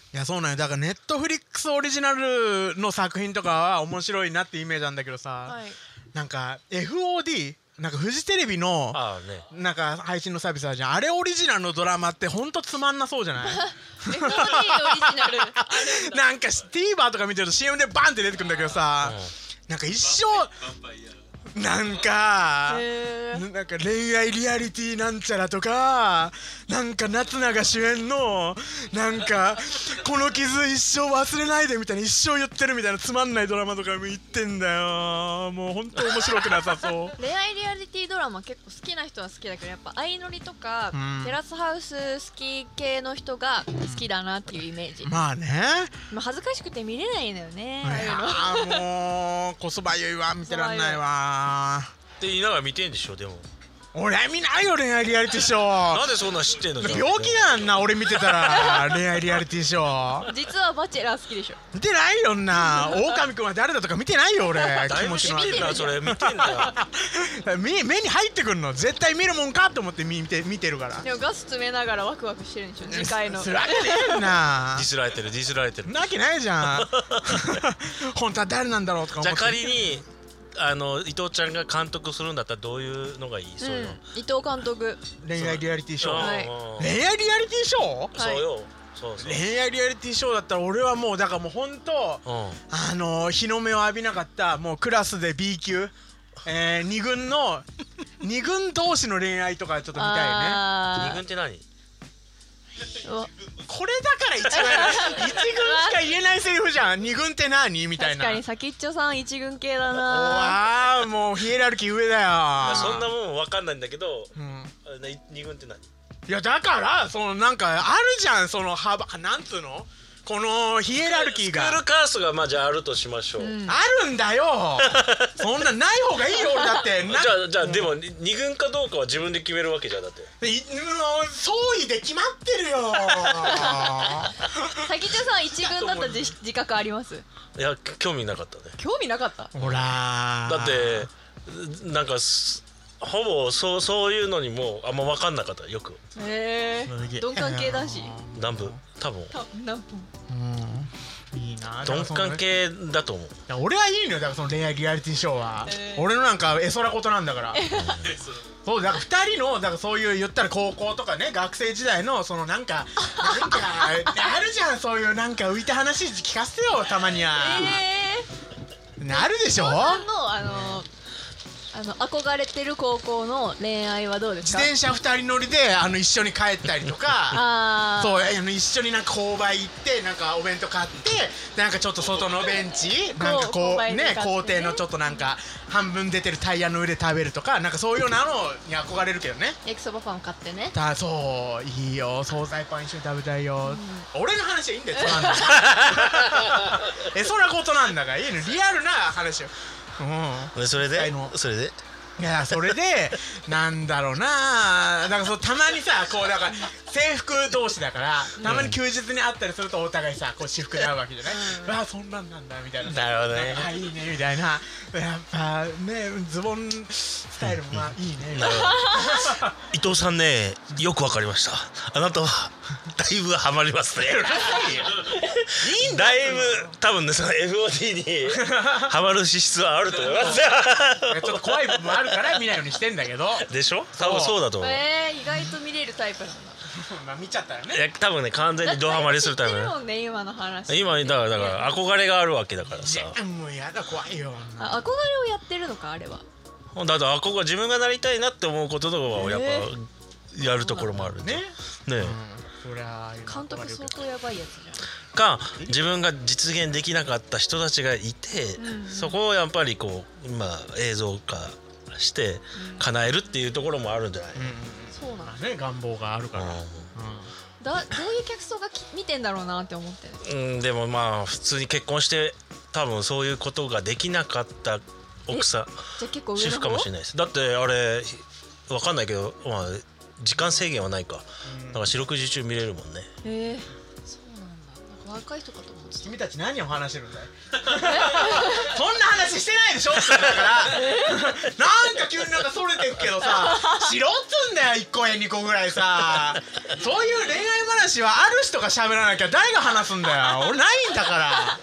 いやそうなんよ。だからネットフリックスオリジナルの作品とかは面白いなってイメージなんだけどさ、 はい、 なんか FOD なんかフジテレビのなんか配信のサービスあるじゃん。あれオリジナルのドラマってほんとつまんなそうじゃない FOD オリジナルあるんだ。 なんか TVer とか見てると CM でバンって出てくるんだけどさ、なんか一生なんか恋愛リアリティなんちゃらとか、なんか夏永主演のなんかこの傷一生忘れないでみたいな、一生言ってるみたいなつまんないドラマとか言ってんだよ。もうほんと面白くなさそう恋愛リアリティドラマ結構好きな人は好きだけど、やっぱ相乗りとか、テラスハウス好き系の人が好きだなっていうイメージ。 まあね、 まあ恥ずかしくて見れないんだよね。 いやもうこそばゆいわ、見てらんないわって言いながら見てんでしょ。でも俺見ないよ恋愛リアリティショー。 なんでそんな知ってんの。 病気なんな俺見てたら恋愛リアリティショー。 実はバチェラー好きでしょ。 見てないよな。狼くんは誰だとか見てないよ俺。 だいぶ知ってんなそれ。見てんだよ目に入ってくるの絶対見るもんかと思って見てるから。 でもガス詰めながらワクワクしてるんでしょ次回の。 つらいねんな。 ディスられてるなわけないじゃん本当は誰なんだろうとか思って。 じゃあ仮に伊藤ちゃんが監督するんだったらどういうのがいい。そういうの伊藤監督恋愛リアリティショー。 恋愛リアリティショー。 そうよ。 恋愛リアリティショーだったら俺はもうだからもうほんと日の目を浴びなかったもうクラスで B 級2軍の2軍同士の恋愛とかちょっと見たいよね。 2軍って何。 これだから1軍しか言えないセリフじゃん。2軍って何みたいな。 確かに先っちょさん1軍系だな。 わあもうヒエラルキー上だよ。 そんなもん分かんないんだけど、2軍って何。 いやだからそのなんかあるじゃん、その幅なんつうの、このヒエラルキーが。 スクールカーストがまあじゃああるとしましょう。 あるんだよそんなない方がいいよ俺だってじゃあでも2軍かどうかは自分で決めるわけじゃん。だって総意で決まってるよ先っちょさん1軍だった自覚あります。 いや興味なかったね。 興味なかった。 ほらだってなんかほぼそういうのにもあんま分かんなかったよく。 鈍感系男子。 何分多分何分いいな。 鈍感系だと思う。 俺はいいのよだからその恋愛リアリティショーは。俺のなんか絵空事なんだからそうだから2人のだからそういう言ったら高校とかね学生時代のそのなんかあるじゃん、そういうなんか浮いた話聞かせてよたまには。なるでしょ。 憧れてる高校の恋愛はどうですか。 自転車2人乗りで一緒に帰ったりとかそう一緒になんか購買行ってなんかお弁当買ってなんかちょっと外のベンチなんかこうね校庭のちょっとなんか半分出てるタイヤの上で食べるとかなんかそういうのに憧れるけどね。 焼きそばパン買ってね。 そういいよ、惣菜パン一緒に食べたいよ。俺の話はいいんだよつまんないそんなことなんだからいいの、リアルな話よ。 それでいやそれでなんだろうな、だからそうたまにさこうだから制服同士だからたまに休日に会ったりするとお互いさこう私服で会うわけじゃない。ああそんなんなんだみたいな。 なるほどね。 あいいねみたいな。やっぱねズボンスタイルもまあいいね。 伊藤さんねよくわかりました。あなたはだいぶハマりますねだいぶ多分ねその FOD にハマる資質はあると思いますちょっと怖い部分あるから見ないようにしてんだけどでしょ。多分そうだと思う。 意外と見れるタイプなんだまあ見ちゃったらね。 いや多分ね完全にドハマりするタイプね。 今の話今だから憧れがあるわけだからさ。 もうやだ怖いよ。 憧れをやってるのかあれは。 だって自分がなりたいなって思うこととかはやっぱやるところもあるね。 監督相当やばいやつじゃん。 か自分が実現できなかった人たちがいて、そこをやっぱりこう今映像化して叶えるっていうところもあるんじゃない。 そうなんだね、願望があるから。 どういう客層が見てんだろうなって思ってる。 でもまあ普通に結婚して多分そういうことができなかった奥さん主婦かもしれないです。だってあれわかんないけど、まあ時間制限はないか。だから四六時中見れるもんね。 そうなんだ。なんか若い人かと思ってた。 君たち何を話してるんだいそんな話してないでしょってだからなんか急になんかそれてるけどさしろっつんだよ1個や2個ぐらいさそういう恋愛話はある人が喋らなきゃ誰が話すんだよ。俺ないんだから。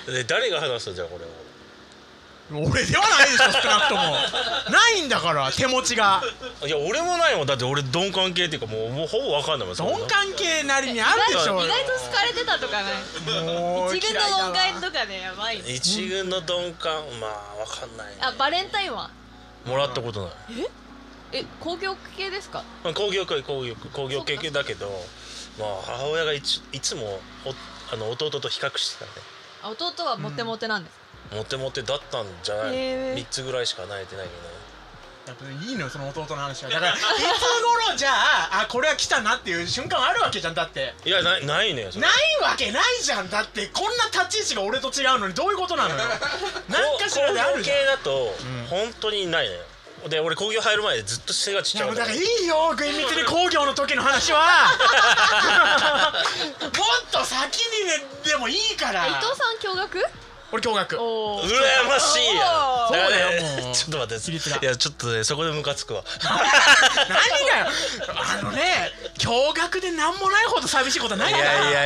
で誰が話すんじゃんこれを。 俺ではないでしょ、少なくとも。ないんだから手持ちが。 いや俺もないもん。だって俺鈍感系っていうかもうほぼ分かんないもん。 鈍感系なりにあるでしょ。 意外と好かれてたとかね。 もう一軍の鈍感とかね、やばいね。 一軍の鈍感まあ分かんないね。 あ、バレンタインはもらったことない。 工業系ですか？ 工業系だけど、まあ母親がいつも弟と比較してたね。 弟はモテモテなんですか？ モテモテだったんじゃない。3つぐらいしか慣れてないけどね。 やっぱいいのよその弟の話は。だからいつ頃じゃあこれは来たなっていう瞬間あるわけじゃん。だっていやないね。 ないわけないじゃん。だってこんな立ち位置が俺と違うのにどういうことなのよ。なんかしらであるじゃん。 工業系だと本当にないのよ。で俺工業入る前でずっと背がちっちゃい。 だからいいよ厳密に工業の時の話はもっと先にねでもいいから。 伊藤さん共学？ 俺共学。 羨ましいや。 そうだよもう。 ちょっと待って。いやちょっとねそこでムカつくわ。 何がよ。共学で何もないほど寂しいことないから。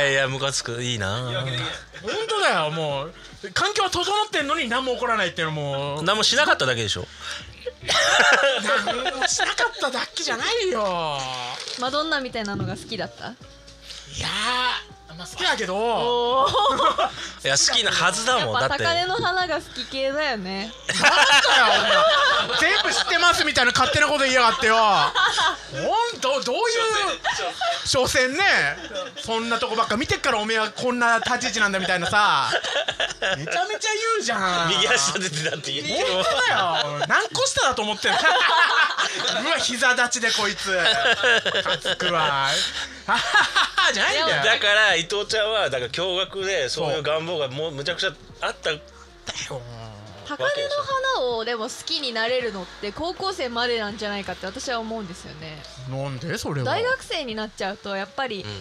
いやムカつく。いいな。 本当だよ。もう環境は整ってんのに何も起こらないっていうのも何もしなかっただけでしょ。 何もしなかっただけじゃないよ。 マドンナみたいなのが好きだった？ いやまあ好きだけどいや好きなはずだもん。だって高嶺の花が好き系だよね。 なんだよ全部知ってますみたいな勝手なこと言いやがってよ。どういう所詮ねそんなとこばっか見てっからおめえはこんな立ち位置なんだみたいなさめちゃめちゃ言うじゃん。 右足立ててだって言ってる。 本当だよ。何個下だと思ってる。うわ膝立ちでこいつかつくわじゃないんだよ。 だから伊藤ちゃんはだから共学でそういう願望がもうむちゃくちゃあっただよ。 高嶺の花をでも好きになれるのって高校生までなんじゃないかって私は思うんですよね。 なんでそれは。 大学生になっちゃうとやっぱり、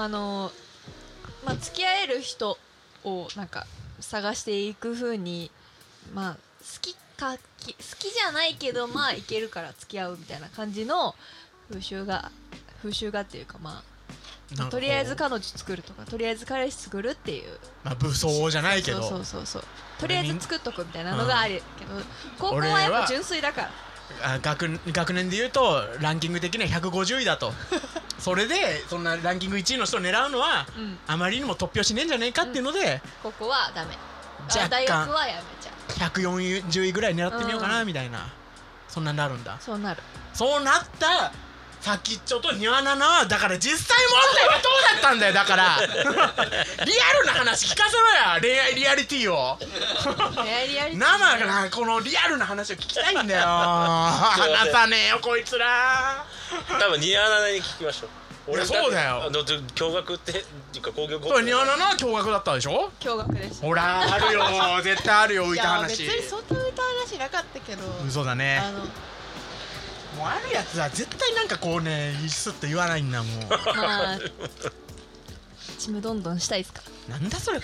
付き合える人をなんか探していく風に好きじゃないけどいけるから付き合うみたいな感じの風習がっていうかとりあえず彼女作るとかとりあえず彼氏作るっていう武装じゃないけどそうとりあえず作っとくみたいなのがあるけど高校はやっぱ純粋だから。 学年で言うとランキング的には150位だとそれでそんなランキング1位の人を狙うのは、あまりにも突拍子ねえんじゃねえかっていうので、 ここはダメ。大学はやめちゃう。 140位ぐらい狙ってみようかなみたいな、そんなになるんだ。 そうなる。 そうなった先っちょとニワナナはだから実際問題はどうだったんだよ。だからリアルな話聞かせろや。恋愛リアリティを生がこのリアルな話を聞きたいんだよ話さねえよこいつら。 多分ニワナナに聞きましょう。 俺そうだよ。 だって共学っていうか工業高校ニワナナは共学だったでしょ。 共学です。 ほらあるよ絶対あるよ浮いた話。 いや別にそんな浮いた話なかったけど。 嘘だね。もうあるやつは絶対なんかこうねスッと言わないんだもん。 ちむどんどんしたいですか。 なんだそれ。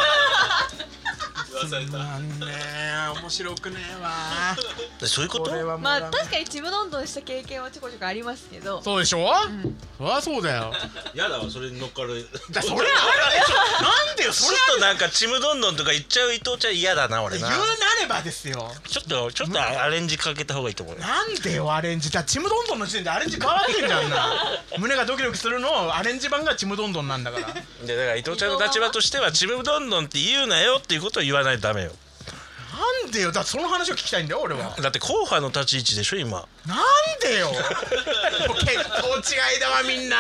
なんね面白くねえわ。 そういうこと。 確かにちむどんどんした経験はちょこちょこありますけど。 そうでしょ。そうだよ。 やだわそれに乗っかる。 それあるでしょ。なんでよそれ。 ちょっとなんかちむどんどんとか言っちゃう伊藤ちゃん嫌だな俺な。 言うなればですよ。 ちょっとアレンジかけた方がいいと思うよ。 なんでよアレンジだ。ちむどんどんの時点でアレンジ変わってんじゃんな。胸がドキドキするのアレンジ版がちむどんどんなんだから。 でだから伊藤ちゃんの立場としてはちむどんどんって言うなよっていうことを言わないとダメよ。 なんでよ。だってその話を聞きたいんだよ俺は。 だって後輩の立ち位置でしょ今。 なんでよ。もう結構違いだわみんな。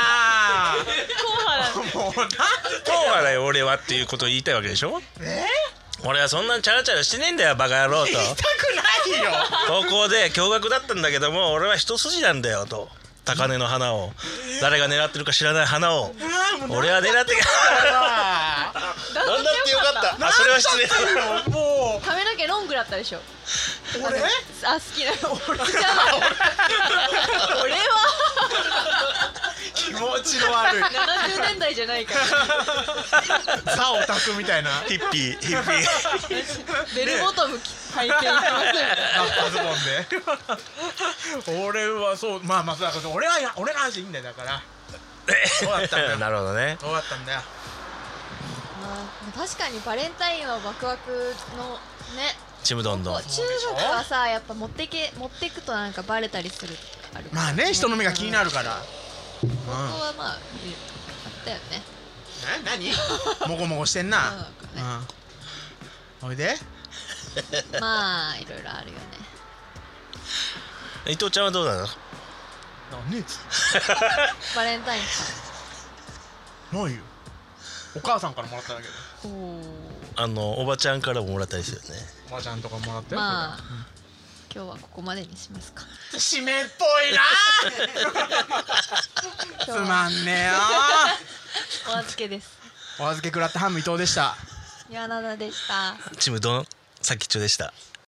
後輩だよ俺はっていうことを言いたいわけでしょ。俺はそんなチャラチャラしてねえんだよバカ野郎と。 言いたくないよ。 高校で共学だったんだけども俺は一筋なんだよと。高嶺の花を誰が狙ってるか知らない花を俺は狙ってなんだってよかった。それは失礼だ。 もう髪の毛ロングだったでしょ。 俺好きなの俺は気持ちの悪い 70年代じゃないからザオタクみたいなヒッピーベルボトム履いていきますズボンで俺はそうだから俺の話いいんだよ。だからそうだったんだよなるほどね。 そうだったんだよ。 確かにバレンタインはワクワクのね。 ちむどんどん。 中国はさやっぱ持っていくとなんかバレたりするあるから、 まあね、人の目が気になるから。 本当はまああったよね。 何もごもごしてんな。おいで。 まあいろいろあるよね。 伊藤ちゃんはどうなの？ ねえつバレンタインかないよ。お母さんからもらっただけで。 おばちゃんからももらったりするよね。 おばちゃんとかもらったよ。 まあ今日はここまでにしますか。 締めっぽいなつまんねえよお預けです。 お預け食らったハム伊藤でした。 岩永でした。 ちむどんさきっちょでした。